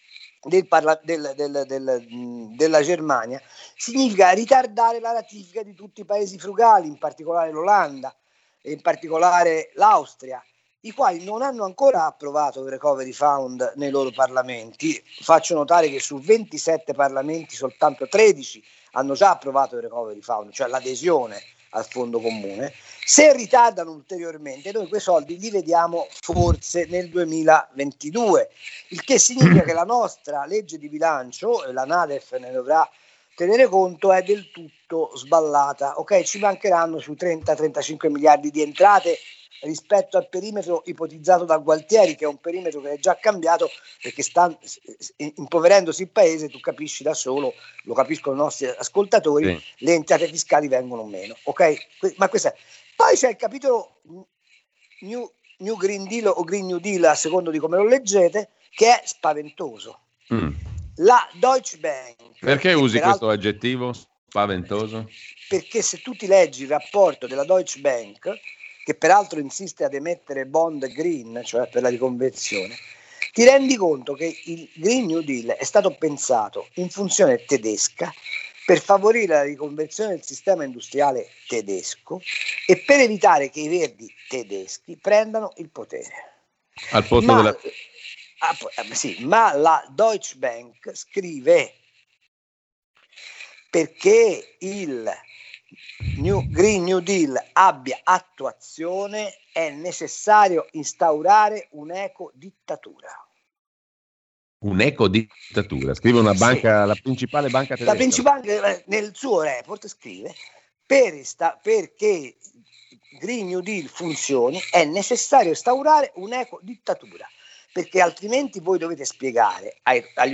[SPEAKER 3] della Germania significa ritardare la ratifica di tutti i paesi frugali, in particolare l'Olanda e in particolare l'Austria, i quali non hanno ancora approvato il Recovery Fund nei loro parlamenti. Faccio notare che su 27 parlamenti soltanto 13 hanno già approvato il Recovery Fund, cioè l'adesione al fondo comune. Se ritardano ulteriormente, noi quei soldi li vediamo forse nel 2022, il che significa che la nostra legge di bilancio, e la NADEF ne dovrà tenere conto, è del tutto sballata. Ok, ci mancheranno sui 30-35 miliardi di entrate rispetto al perimetro ipotizzato da Gualtieri, che è un perimetro che è già cambiato, perché sta impoverendosi il paese, tu capisci da solo, lo capiscono i nostri ascoltatori, sì. Le entrate fiscali vengono meno, ok? Ma questa è. Poi c'è il capitolo New Green Deal o Green New Deal, a secondo di come lo leggete, che è spaventoso. La Deutsche Bank...
[SPEAKER 2] Perché usi questo aggettivo spaventoso?
[SPEAKER 3] Perché se tu ti leggi il rapporto della Deutsche Bank, che peraltro insiste ad emettere bond green, cioè per la riconversione, ti rendi conto che il Green New Deal è stato pensato in funzione tedesca per favorire la riconversione del sistema industriale tedesco e per evitare che i verdi tedeschi prendano il potere.
[SPEAKER 2] Al posto della...
[SPEAKER 3] Sì, ma la Deutsche Bank scrive perché il Green New Deal abbia attuazione, è necessario instaurare un'ecodittatura.
[SPEAKER 2] Un'ecodittatura, scrive una banca, la principale banca tedesca.
[SPEAKER 3] La principale, nel suo report scrive, perché Green New Deal funzioni è necessario instaurare un'ecodittatura, perché altrimenti voi dovete spiegare agli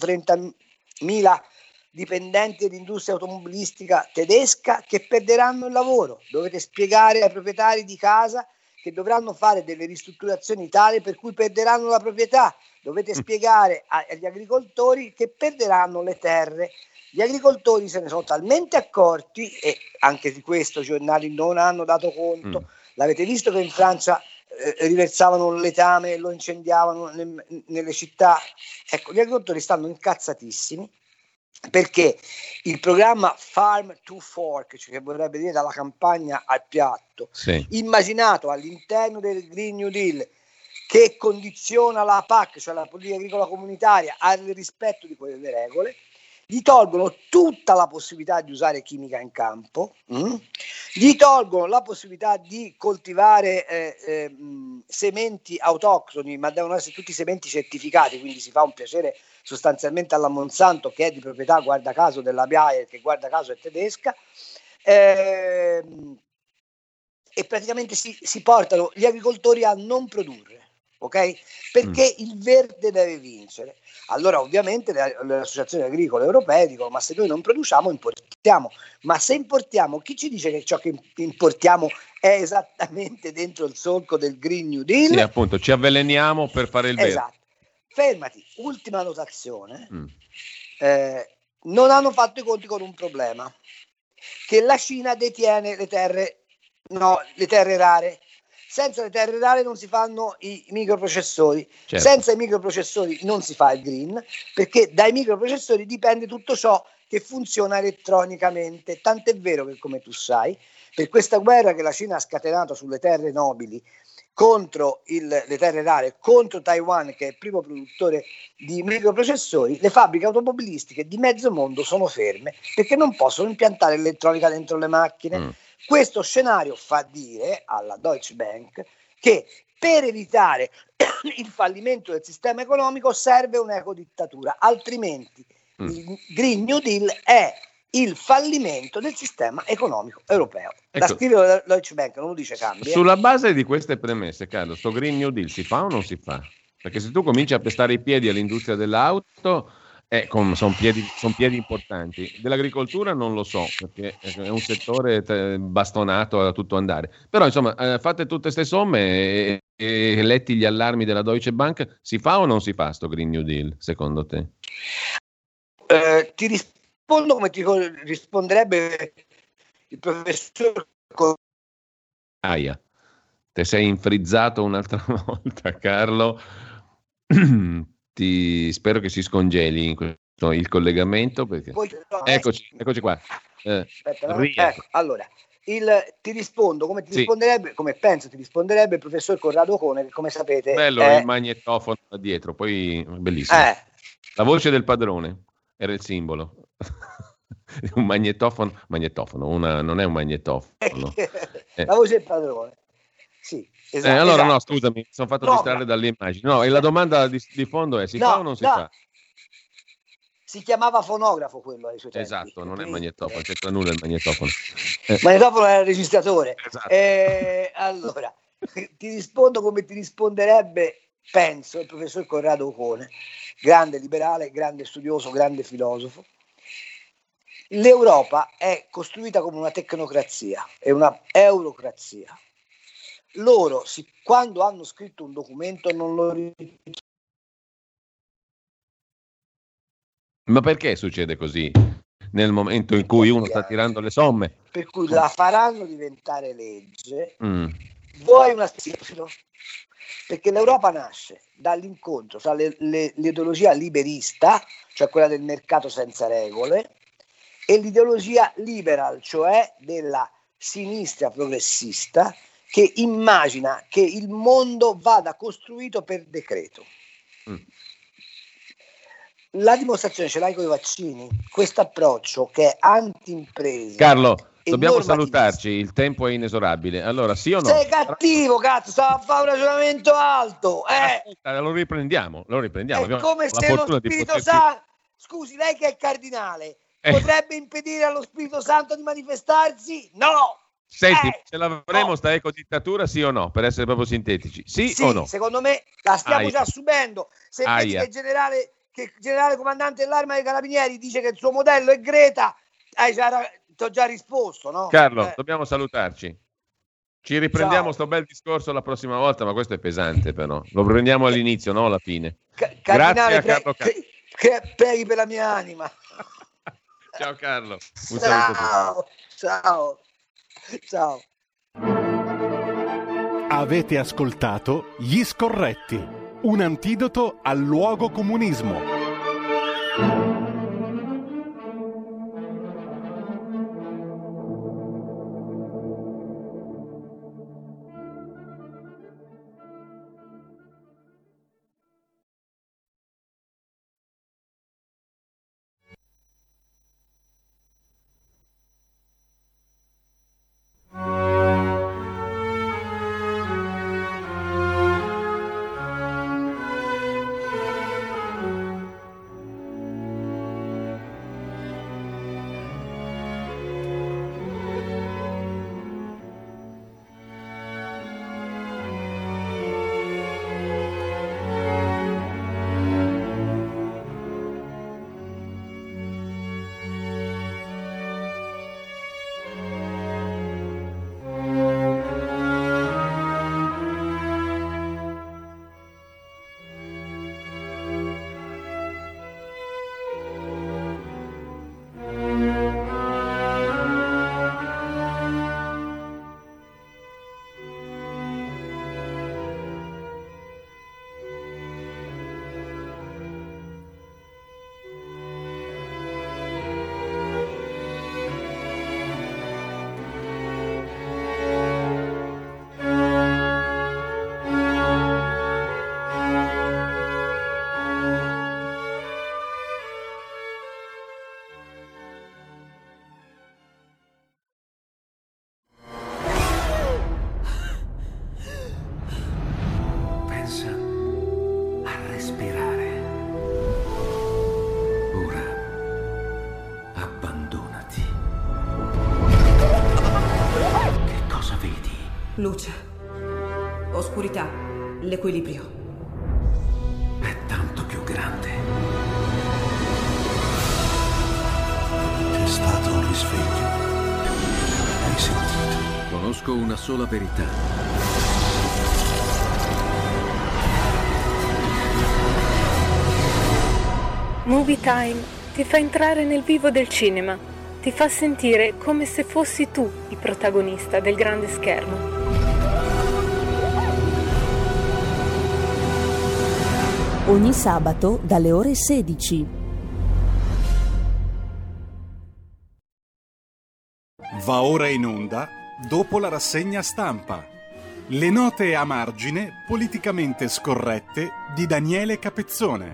[SPEAKER 3] 830.000 dipendenti dell'industria automobilistica tedesca che perderanno il lavoro, dovete spiegare ai proprietari di casa che dovranno fare delle ristrutturazioni tali per cui perderanno la proprietà, dovete spiegare agli agricoltori che perderanno le terre. Gli agricoltori se ne sono talmente accorti, e anche di questo i giornali non hanno dato conto. L'avete visto che in Francia riversavano il letame e lo incendiavano nelle città? Ecco, gli agricoltori stanno incazzatissimi perché il programma Farm to Fork, cioè che vorrebbe dire dalla campagna al piatto, immaginato all'interno del Green New Deal, che condiziona la PAC, cioè la politica agricola comunitaria, al rispetto di quelle regole, gli tolgono tutta la possibilità di usare chimica in campo, gli tolgono la possibilità di coltivare sementi autoctoni, ma devono essere tutti sementi certificati, quindi si fa un piacere sostanzialmente alla Monsanto, che è di proprietà, guarda caso, della Bayer, che guarda caso è tedesca, e praticamente si portano gli agricoltori a non produrre. Ok? Perché il verde deve vincere. Allora ovviamente le associazioni agricole europee dicono: ma se noi non produciamo, importiamo. Ma se importiamo, chi ci dice che ciò che importiamo è esattamente dentro il solco del Green New Deal?
[SPEAKER 2] Sì, appunto, ci avveleniamo per fare il verde.
[SPEAKER 3] Esatto. Fermati, ultima notazione. Non hanno fatto i conti con un problema, che la Cina detiene le terre rare. Senza le terre rare non si fanno i microprocessori, senza i microprocessori non si fa il green, perché dai microprocessori dipende tutto ciò che funziona elettronicamente. Tant'è vero che, come tu sai, per questa guerra che la Cina ha scatenato sulle terre nobili contro le terre rare, contro Taiwan, che è il primo produttore di microprocessori, le fabbriche automobilistiche di mezzo mondo sono ferme perché non possono impiantare l'elettronica dentro le macchine. Questo scenario fa dire alla Deutsche Bank che per evitare il fallimento del sistema economico serve un'ecodittatura, altrimenti il Green New Deal è il fallimento del sistema economico europeo. La scrive la Deutsche Bank, non lo dice Cambi.
[SPEAKER 2] Sulla base di queste premesse, Carlo, sto Green New Deal si fa o non si fa? Perché se tu cominci a pestare i piedi all'industria dell'auto, sono piedi importanti. Dell'agricoltura non lo so, perché è un settore bastonato a tutto andare. Però insomma, fate tutte queste somme e letti gli allarmi della Deutsche Bank, si fa o non si fa sto Green New Deal, secondo te?
[SPEAKER 3] Ti rispondo come ti risponderebbe il professor.
[SPEAKER 2] Aia, te sei infrizzato un'altra volta, Carlo. Spero che si scongeli il collegamento, perché eccoci qua.
[SPEAKER 3] Ecco, allora ti rispondo come ti risponderebbe, come penso ti risponderebbe il professor Corrado Ocone, che come sapete
[SPEAKER 2] bello il magnetofono da dietro, poi bellissimo. La voce del padrone era il simbolo. Un magnetofono, non è un magnetofono.
[SPEAKER 3] La voce del padrone. Sì. Esatto,
[SPEAKER 2] allora
[SPEAKER 3] esatto.
[SPEAKER 2] No, scusami, mi sono fatto distrarre dalle immagini. No, e la domanda di fondo è: si fa o non si fa?
[SPEAKER 3] Si chiamava fonografo quello ai suoi tempi.
[SPEAKER 2] Esatto, non è magnetofono, c'entra nulla il magnetofono.
[SPEAKER 3] Il magnetofono era il registratore.
[SPEAKER 2] Esatto.
[SPEAKER 3] Allora, ti rispondo come ti risponderebbe, penso, il professor Corrado Ocone, grande liberale, grande studioso, grande filosofo. L'Europa è costruita come una tecnocrazia e una eurocrazia. Loro, quando hanno scritto un documento, non lo.
[SPEAKER 2] Ma perché succede così nel momento in cui uno sta tirando le somme?
[SPEAKER 3] Per cui la faranno diventare legge. Vuoi una spiegazione? Perché l'Europa nasce dall'incontro tra l'ideologia liberista, cioè quella del mercato senza regole, e l'ideologia liberal, cioè della sinistra progressista, che immagina che il mondo vada costruito per decreto. La dimostrazione ce l'hai con i vaccini, questo approccio che è anti-impresa.
[SPEAKER 2] Carlo, Dobbiamo salutarci, il tempo è inesorabile. Allora, sì o no?
[SPEAKER 3] Sei cattivo, cazzo, stavo a fare un ragionamento alto.
[SPEAKER 2] Aspetta, lo riprendiamo.
[SPEAKER 3] È come se lo Spirito Santo... Scusi, lei che è cardinale, potrebbe impedire allo Spirito Santo di manifestarsi? No!
[SPEAKER 2] Senti, ce l'avremo sta ecodittatura, sì o no? Per essere proprio sintetici. Sì o no?
[SPEAKER 3] Secondo me la stiamo già subendo. Se vedi che il generale comandante dell'Arma dei Carabinieri dice che il suo modello è Greta, ti ho già risposto, no?
[SPEAKER 2] Carlo, dobbiamo salutarci. Ci riprendiamo sto bel discorso la prossima volta, ma questo è pesante però. Lo prendiamo all'inizio, no alla fine. Grazie a Carlo.
[SPEAKER 3] Preghi per la mia anima.
[SPEAKER 2] Ciao Carlo. Un saluto.
[SPEAKER 3] Ciao.
[SPEAKER 1] Avete ascoltato Gli Scorretti, un antidoto al luogo comunismo.
[SPEAKER 9] Luce, oscurità, l'equilibrio.
[SPEAKER 10] È tanto più grande.
[SPEAKER 11] C'è stato un risveglio. Hai sentito?
[SPEAKER 10] Conosco una sola verità.
[SPEAKER 12] Movie Time ti fa entrare nel vivo del cinema, ti fa sentire come se fossi tu il protagonista del grande schermo.
[SPEAKER 13] Ogni sabato dalle ore 16.
[SPEAKER 1] Va ora in onda, dopo la rassegna stampa, le note a margine politicamente scorrette di Daniele Capezzone.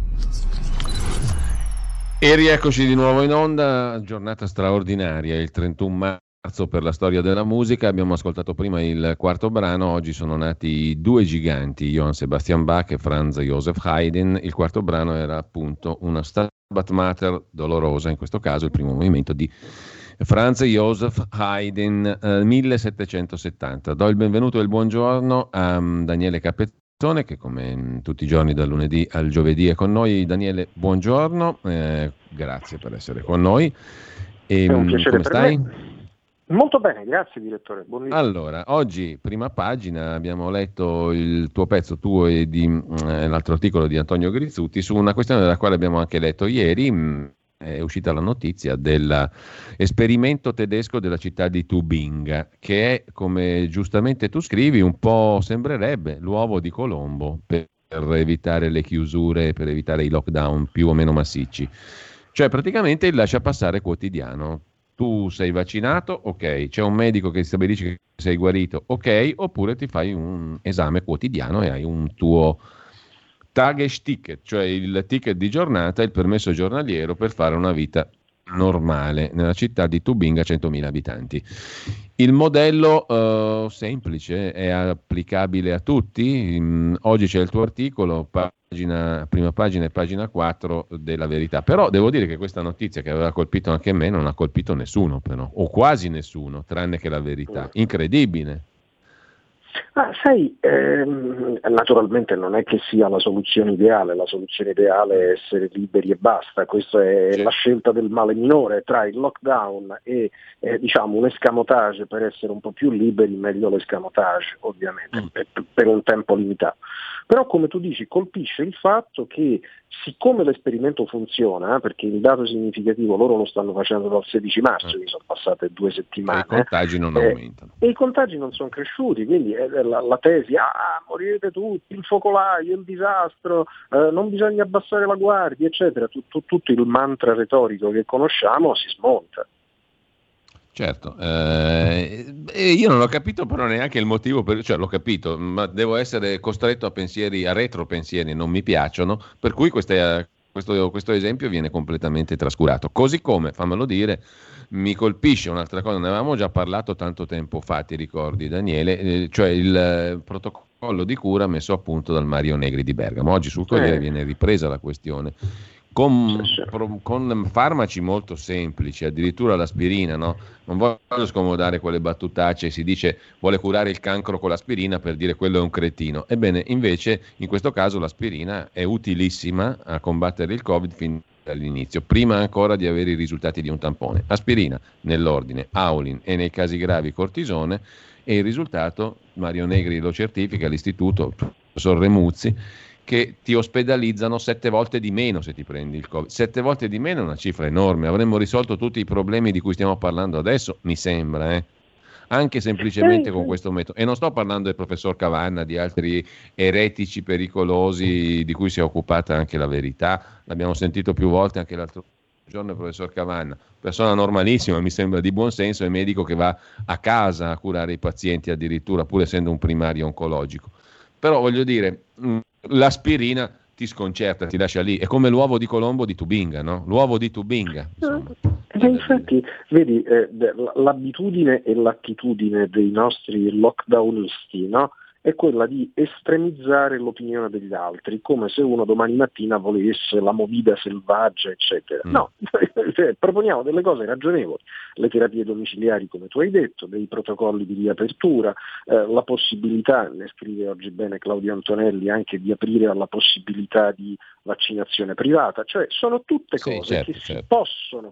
[SPEAKER 2] E rieccoci di nuovo in onda, giornata straordinaria, il 31 marzo per la storia della musica. Abbiamo ascoltato prima il quarto brano, oggi sono nati due giganti, Johann Sebastian Bach e Franz Joseph Haydn. Il quarto brano era appunto una Stabat Mater dolorosa, in questo caso il primo movimento di Franz Joseph Haydn, 1770. Do il benvenuto e il buongiorno a Daniele Capezzone, che come tutti i giorni dal lunedì al giovedì è con noi. Daniele, buongiorno, grazie per essere con noi.
[SPEAKER 14] È un piacere
[SPEAKER 2] come
[SPEAKER 14] per
[SPEAKER 2] stai?
[SPEAKER 14] me. Molto bene, grazie direttore. Buongiorno.
[SPEAKER 2] Allora, oggi prima pagina abbiamo letto il tuo pezzo, tuo e l'altro articolo di Antonio Grizzuti su una questione della quale abbiamo anche letto ieri. È uscita la notizia dell'esperimento tedesco della città di Tubinga, che è, come giustamente tu scrivi, un po' sembrerebbe l'uovo di Colombo per evitare le chiusure, per evitare i lockdown più o meno massicci. Cioè praticamente il lasciapassare quotidiano. Tu sei vaccinato, ok, c'è un medico che stabilisce che sei guarito, ok, oppure ti fai un esame quotidiano e hai un tuo Tagesticket, cioè il ticket di giornata, il permesso giornaliero per fare una vita normale nella città di Tubinga, 100.000 abitanti. Il modello semplice, è applicabile a tutti. Oggi c'è il tuo articolo, prima pagina e pagina 4 della Verità. Però devo dire che questa notizia, che aveva colpito anche me, non ha colpito nessuno, però, o quasi nessuno, tranne che la Verità. Incredibile.
[SPEAKER 14] Sai, naturalmente non è che sia la soluzione ideale è essere liberi e basta, questa è la scelta del male minore. Tra il lockdown e diciamo un escamotage per essere un po' più liberi, meglio l'escamotage ovviamente, per un tempo limitato. Però come tu dici, colpisce il fatto che siccome l'esperimento funziona, perché il dato significativo loro lo stanno facendo dal 16 marzo, quindi sono passate 2 settimane,
[SPEAKER 2] i contagi non aumentano.
[SPEAKER 14] E i contagi non sono cresciuti, quindi la tesi, morirete tutti, il focolaio, il disastro, non bisogna abbassare la guardia, eccetera, tutto il mantra retorico che conosciamo si smonta.
[SPEAKER 2] Certo, io non ho capito però neanche il motivo, cioè l'ho capito, ma devo essere costretto a retropensieri, non mi piacciono, per cui questo esempio viene completamente trascurato. Così come, fammelo dire, mi colpisce un'altra cosa, ne avevamo già parlato tanto tempo fa, ti ricordi Daniele, cioè il protocollo di cura messo a punto dal Mario Negri di Bergamo. Oggi sul Corriere viene ripresa la questione. Con farmaci molto semplici, addirittura l'aspirina, no? Non voglio scomodare quelle battutacce, si dice vuole curare il cancro con l'aspirina per dire quello è un cretino. Ebbene, invece, in questo caso l'aspirina è utilissima a combattere il Covid fin dall'inizio, prima ancora di avere i risultati di un tampone. Aspirina nell'ordine, Aulin e nei casi gravi cortisone, e il risultato, Mario Negri lo certifica, l'istituto, il professor Remuzzi, che ti ospedalizzano 7 volte di meno se ti prendi il Covid. 7 volte di meno è una cifra enorme. Avremmo risolto tutti i problemi di cui stiamo parlando adesso, mi sembra, anche semplicemente con questo metodo. E non sto parlando del professor Cavanna, di altri eretici pericolosi di cui si è occupata anche la Verità. L'abbiamo sentito più volte anche l'altro giorno il professor Cavanna, persona normalissima, mi sembra di buon senso, è medico che va a casa a curare i pazienti addirittura, pur essendo un primario oncologico. Però voglio dire, l'aspirina ti sconcerta, ti lascia lì, è come l'uovo di Colombo di Tubinga, no? L'uovo di Tubinga.
[SPEAKER 14] Infatti, vedi, l'abitudine e l'attitudine dei nostri lockdownisti, no? È quella di estremizzare l'opinione degli altri, come se uno domani mattina volesse la movida selvaggia, eccetera. No, proponiamo delle cose ragionevoli, le terapie domiciliari, come tu hai detto, dei protocolli di riapertura, la possibilità, ne scrive oggi bene Claudio Antonelli, anche di aprire alla possibilità di vaccinazione privata, cioè sono tutte cose si possono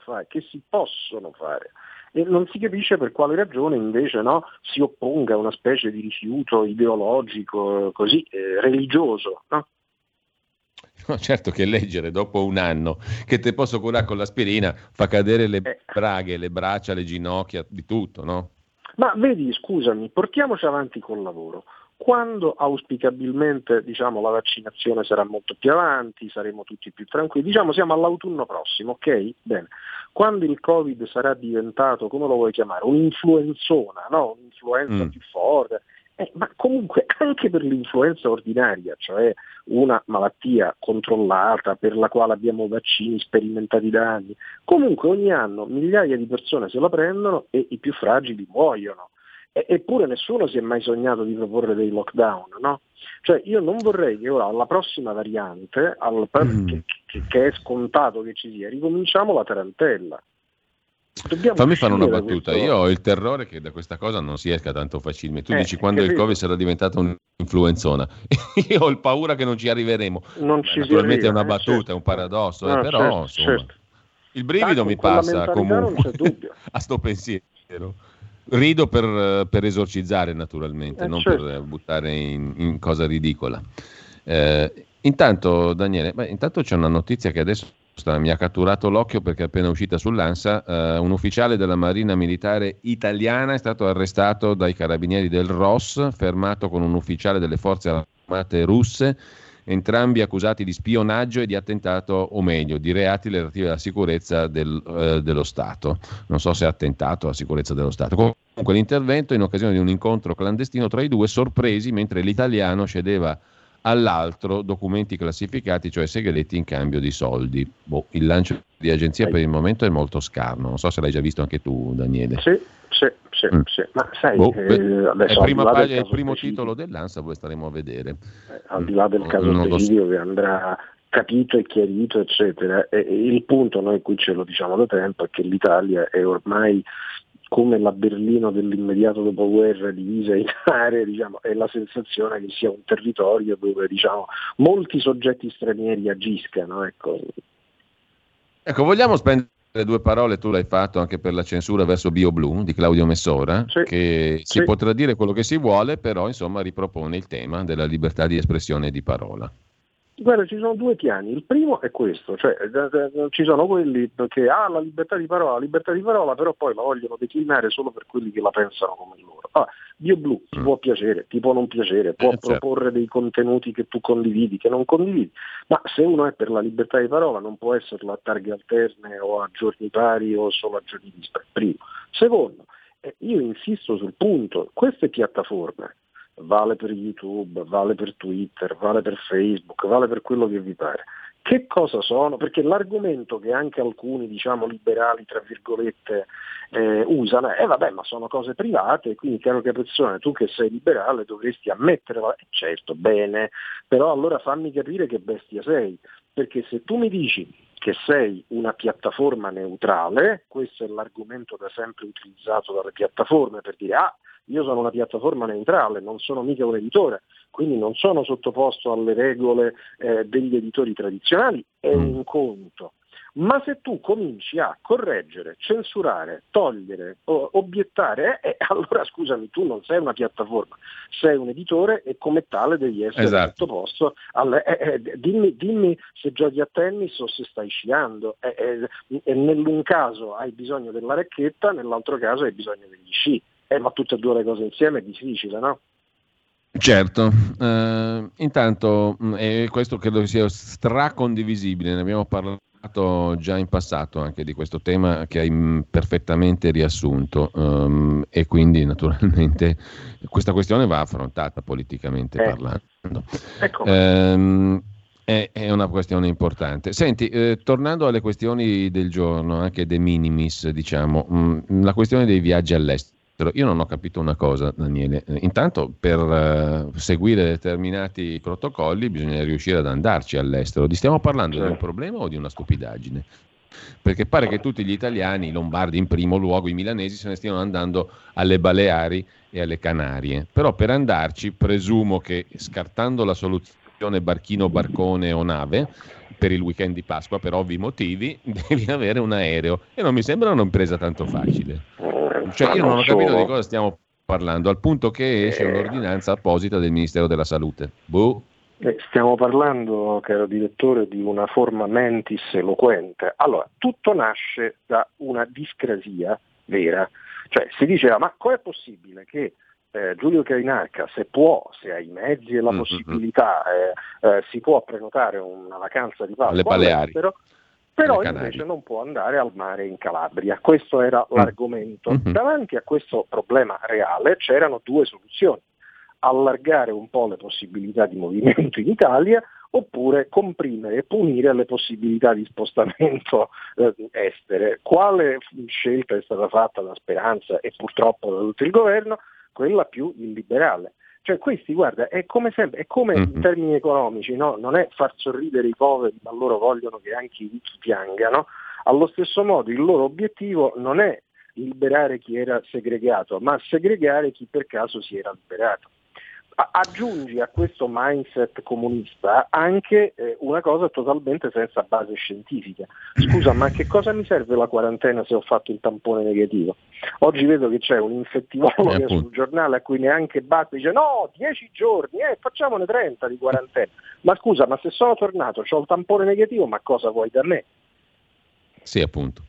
[SPEAKER 14] fare. E non si capisce per quale ragione invece si opponga a una specie di rifiuto ideologico così religioso, no?
[SPEAKER 2] No, certo che leggere dopo un anno che te posso curare con l'aspirina fa cadere le braghe, le braccia, le ginocchia, di tutto, no?
[SPEAKER 14] Ma vedi, scusami, portiamoci avanti col lavoro. Quando auspicabilmente la vaccinazione sarà molto più avanti, saremo tutti più tranquilli, siamo all'autunno prossimo, ok? Bene. Quando il Covid sarà diventato, come lo vuoi chiamare, un'influenzona, no? Un'influenza più forte, ma comunque anche per l'influenza ordinaria, cioè una malattia controllata per la quale abbiamo vaccini sperimentati da anni, comunque ogni anno migliaia di persone se la prendono e i più fragili muoiono. Eppure nessuno si è mai sognato di proporre dei lockdown, no? Cioè io non vorrei che ora alla prossima variante, che è scontato che ci sia, ricominciamo la tarantella.
[SPEAKER 2] Fammi fare una battuta, io ho il terrore che da questa cosa non si esca tanto facilmente. Tu dici quando il Covid sarà diventato un'influenzona, io ho paura che non ci arriveremo. Naturalmente è una battuta, è un paradosso, però insomma, il brivido mi passa comunque a sto pensiero. Rido per esorcizzare naturalmente, non per buttare in cosa ridicola. Intanto Daniele, intanto c'è una notizia che adesso mi ha catturato l'occhio perché è appena uscita sull'ANSA. Un ufficiale della Marina Militare italiana è stato arrestato dai carabinieri del ROS, fermato con un ufficiale delle forze armate russe, entrambi accusati di spionaggio e di attentato, o meglio, di reati relativi alla sicurezza dello Stato. Non so se è attentato alla sicurezza dello Stato. Comunque l'intervento in occasione di un incontro clandestino tra i due, sorpresi mentre l'italiano scendeva all'altro documenti classificati, cioè segreti in cambio di soldi. Il lancio di agenzia per il momento è molto scarno, non so se l'hai già visto anche tu, Daniele.
[SPEAKER 14] Sì. Ma sai, adesso
[SPEAKER 2] è il primo titolo dell'ANSA, poi staremo a vedere.
[SPEAKER 14] Al di là del caso specifico che andrà capito e chiarito, eccetera, il punto, noi qui ce lo diciamo da tempo, è che l'Italia è ormai come la Berlino dell'immediato dopoguerra divisa in aree, è la sensazione che sia un territorio dove molti soggetti stranieri agiscano. Ecco,
[SPEAKER 2] vogliamo spendere 2 parole, tu l'hai fatto anche per la censura verso BioBlue di Claudio Messora, che si potrà dire quello che si vuole, però insomma ripropone il tema della libertà di espressione e di parola.
[SPEAKER 14] Guarda, ci sono 2 piani. Il primo è questo, cioè ci sono quelli che la libertà di parola, però poi la vogliono declinare solo per quelli che la pensano come loro. BioBlue ti può piacere, ti può non piacere, può proporre dei contenuti che tu condividi, che non condividi, ma se uno è per la libertà di parola non può esserlo a targhe alterne o a giorni pari o solo a giorni dispari. Primo. Secondo, io insisto sul punto, queste piattaforme, vale per YouTube, vale per Twitter, vale per Facebook, vale per quello che vi pare. Che cosa sono? Perché l'argomento che anche alcuni, liberali, tra virgolette, usano ma sono cose private, quindi caro Capezzone, tu che sei liberale dovresti ammetterla. Certo, bene, però allora fammi capire che bestia sei, perché se tu mi dici che sei una piattaforma neutrale, questo è l'argomento da sempre utilizzato dalle piattaforme per dire io sono una piattaforma neutrale, non sono mica un editore, quindi non sono sottoposto alle regole degli editori tradizionali, è un conto. Ma se tu cominci a correggere, censurare, togliere, obiettare, allora scusami, tu non sei una piattaforma, sei un editore e come tale devi essere sottoposto dimmi se giochi a tennis o se stai sciando. Nell'un caso hai bisogno della racchetta, nell'altro caso hai bisogno degli sci. Ma tutte e 2 le cose insieme è difficile, no?
[SPEAKER 2] Certo, intanto questo credo che sia stracondivisibile, ne abbiamo parlato già in passato anche di questo tema che hai perfettamente riassunto, e quindi naturalmente questa questione va affrontata politicamente parlando.
[SPEAKER 14] Ecco.
[SPEAKER 2] È una questione importante. Senti, tornando alle questioni del giorno, anche de minimis, la questione dei viaggi all'estero. Io non ho capito una cosa, Daniele. Intanto per seguire determinati protocolli bisogna riuscire ad andarci all'estero. Stiamo parlando di un problema o di una stupidaggine? Perché pare che tutti gli italiani, i lombardi in primo luogo, i milanesi, se ne stiano andando alle Baleari e alle Canarie. Però per andarci presumo che, scartando la soluzione barchino, barcone o nave, per il weekend di Pasqua, per ovvi motivi, devi avere un aereo. E non mi sembra un'impresa tanto facile. Cioè io non ho capito di cosa stiamo parlando, al punto che esce un'ordinanza apposita del Ministero della Salute.
[SPEAKER 14] Stiamo parlando, caro direttore, di una forma mentis eloquente. Allora, tutto nasce da una discrasia vera. Cioè si diceva, ma com'è possibile che Giulio Cainarca, se ha i mezzi e la possibilità, si può prenotare una vacanza di Pasqua all'estero, però invece non può andare al mare in Calabria. Questo era l'argomento. Davanti a questo problema reale c'erano 2 soluzioni: allargare un po' le possibilità di movimento in Italia, oppure comprimere e punire le possibilità di spostamento estere. Quale scelta è stata fatta da Speranza e purtroppo da tutto il governo? Quella più illiberale. Cioè questi, guarda, è come sempre, è come in termini economici, no? Non è far sorridere i poveri, ma loro vogliono che anche i ricchi piangano. Allo stesso modo il loro obiettivo non è liberare chi era segregato, ma segregare chi per caso si era liberato. Aggiungi a questo mindset comunista anche una cosa totalmente senza base scientifica. Scusa, ma che cosa mi serve la quarantena se ho fatto il tampone negativo? Oggi vedo che c'è un infettivologa sul giornale a cui neanche batte, dice no, 10 giorni, facciamone 30 di quarantena. Ma scusa, ma se sono tornato, c'ho il tampone negativo, ma cosa vuoi da me?
[SPEAKER 2] Sì, appunto.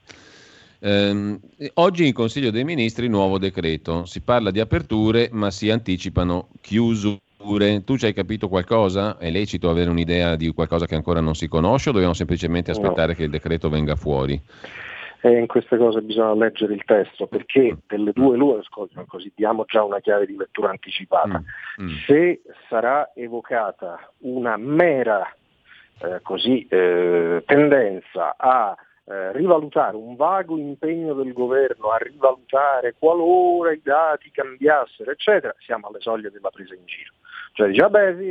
[SPEAKER 2] Oggi in Consiglio dei Ministri nuovo decreto, si parla di aperture ma si anticipano chiusure. Tu ci hai capito qualcosa? È lecito avere un'idea di qualcosa che ancora non si conosce o dobbiamo semplicemente aspettare che il decreto venga fuori?
[SPEAKER 14] E in queste cose bisogna leggere il testo, perché delle due l'una, così diamo già una chiave di lettura anticipata. Se sarà evocata una mera tendenza a rivalutare, un vago impegno del governo a rivalutare qualora i dati cambiassero, eccetera, siamo alle soglie della presa in giro. Cioè dice,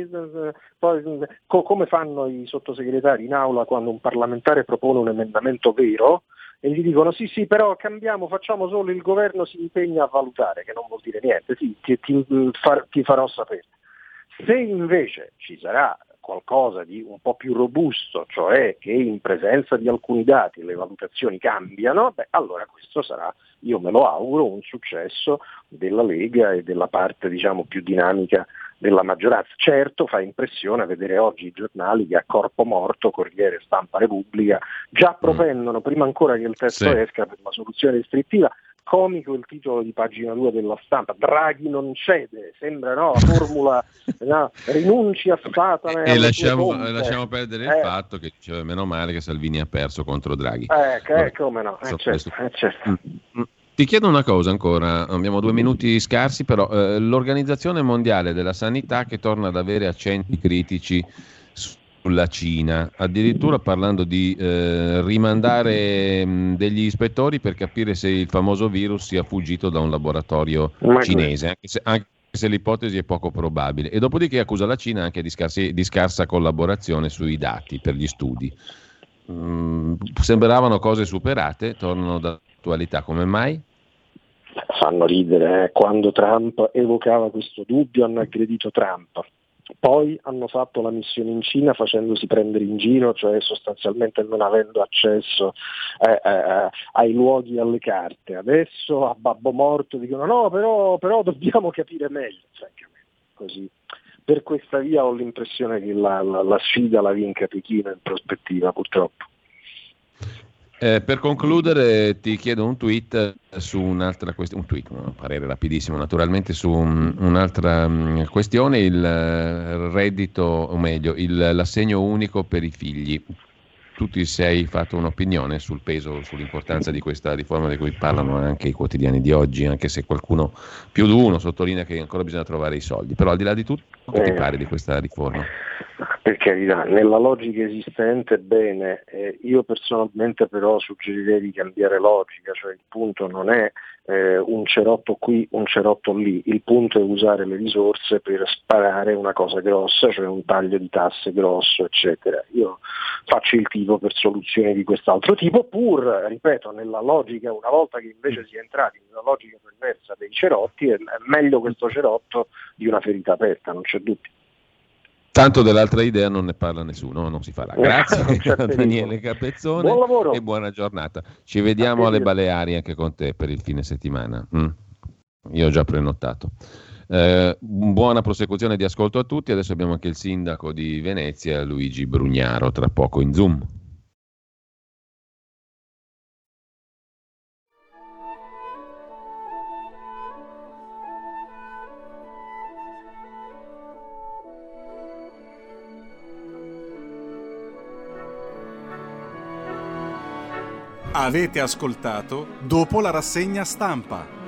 [SPEAKER 14] poi come fanno i sottosegretari in aula quando un parlamentare propone un emendamento vero e gli dicono sì però cambiamo, facciamo solo, il governo si impegna a valutare, che non vuol dire niente, sì, ti farò sapere. Se invece ci sarà qualcosa di un po' più robusto, cioè che in presenza di alcuni dati le valutazioni cambiano, allora questo sarà, io me lo auguro, un successo della Lega e della parte più dinamica della maggioranza. Certo fa impressione vedere oggi i giornali che a corpo morto, Corriere, Stampa, Repubblica, già propendono, prima ancora che il testo esca, per una soluzione restrittiva. Comico il titolo di pagina 2 della Stampa: Draghi non cede, sembra la formula rinunci a Satana
[SPEAKER 2] e lasciamo perdere il fatto che meno male che Salvini ha perso contro Draghi.
[SPEAKER 14] Come no, certo.
[SPEAKER 2] Ti chiedo una cosa ancora, abbiamo 2 minuti scarsi, però l'Organizzazione Mondiale della Sanità che torna ad avere accenti critici sulla Cina, addirittura parlando di rimandare degli ispettori per capire se il famoso virus sia fuggito da un laboratorio cinese, anche se l'ipotesi è poco probabile, e dopodiché accusa la Cina anche di scarsa collaborazione sui dati per gli studi. Sembravano cose superate, tornano d'attualità, come mai?
[SPEAKER 14] Fanno ridere, quando Trump evocava questo dubbio hanno aggredito Trump. Poi hanno fatto la missione in Cina facendosi prendere in giro, cioè sostanzialmente non avendo accesso ai luoghi e alle carte. Adesso a babbo morto dicono no, però dobbiamo capire meglio, francamente. Così. Per questa via ho l'impressione che la sfida la vinca Pechino in prospettiva, purtroppo.
[SPEAKER 2] Per concludere ti chiedo un tweet su un'altra questione, un parere rapidissimo naturalmente su un'altra questione, il reddito, o meglio l'assegno unico per i figli. Tu ti sei fatto un'opinione sul peso, sull'importanza di questa riforma di cui parlano anche i quotidiani di oggi, anche se qualcuno più di uno sottolinea che ancora bisogna trovare i soldi, però al di là di tutto che ti pare di questa riforma?
[SPEAKER 14] Per carità, nella logica esistente bene, io personalmente però suggerirei di cambiare logica, cioè il punto non è un cerotto qui, un cerotto lì, il punto è usare le risorse per sparare una cosa grossa, cioè un taglio di tasse grosso, eccetera. Io faccio il tipo per soluzioni di quest'altro tipo, pur, ripeto, nella logica, una volta che invece si è entrati nella logica perversa dei cerotti, è meglio questo cerotto di una ferita aperta, non c'è dubbio.
[SPEAKER 2] Tanto dell'altra idea non ne parla nessuno, non si farà. Grazie a Daniele Capezzone,
[SPEAKER 14] buon lavoro
[SPEAKER 2] e buona giornata. Ci vediamo alle Baleari anche con te per il fine settimana. Io ho già prenotato. Buona prosecuzione di ascolto a tutti. Adesso abbiamo anche il sindaco di Venezia, Luigi Brugnaro, tra poco in Zoom.
[SPEAKER 1] Avete ascoltato Dopo la rassegna stampa,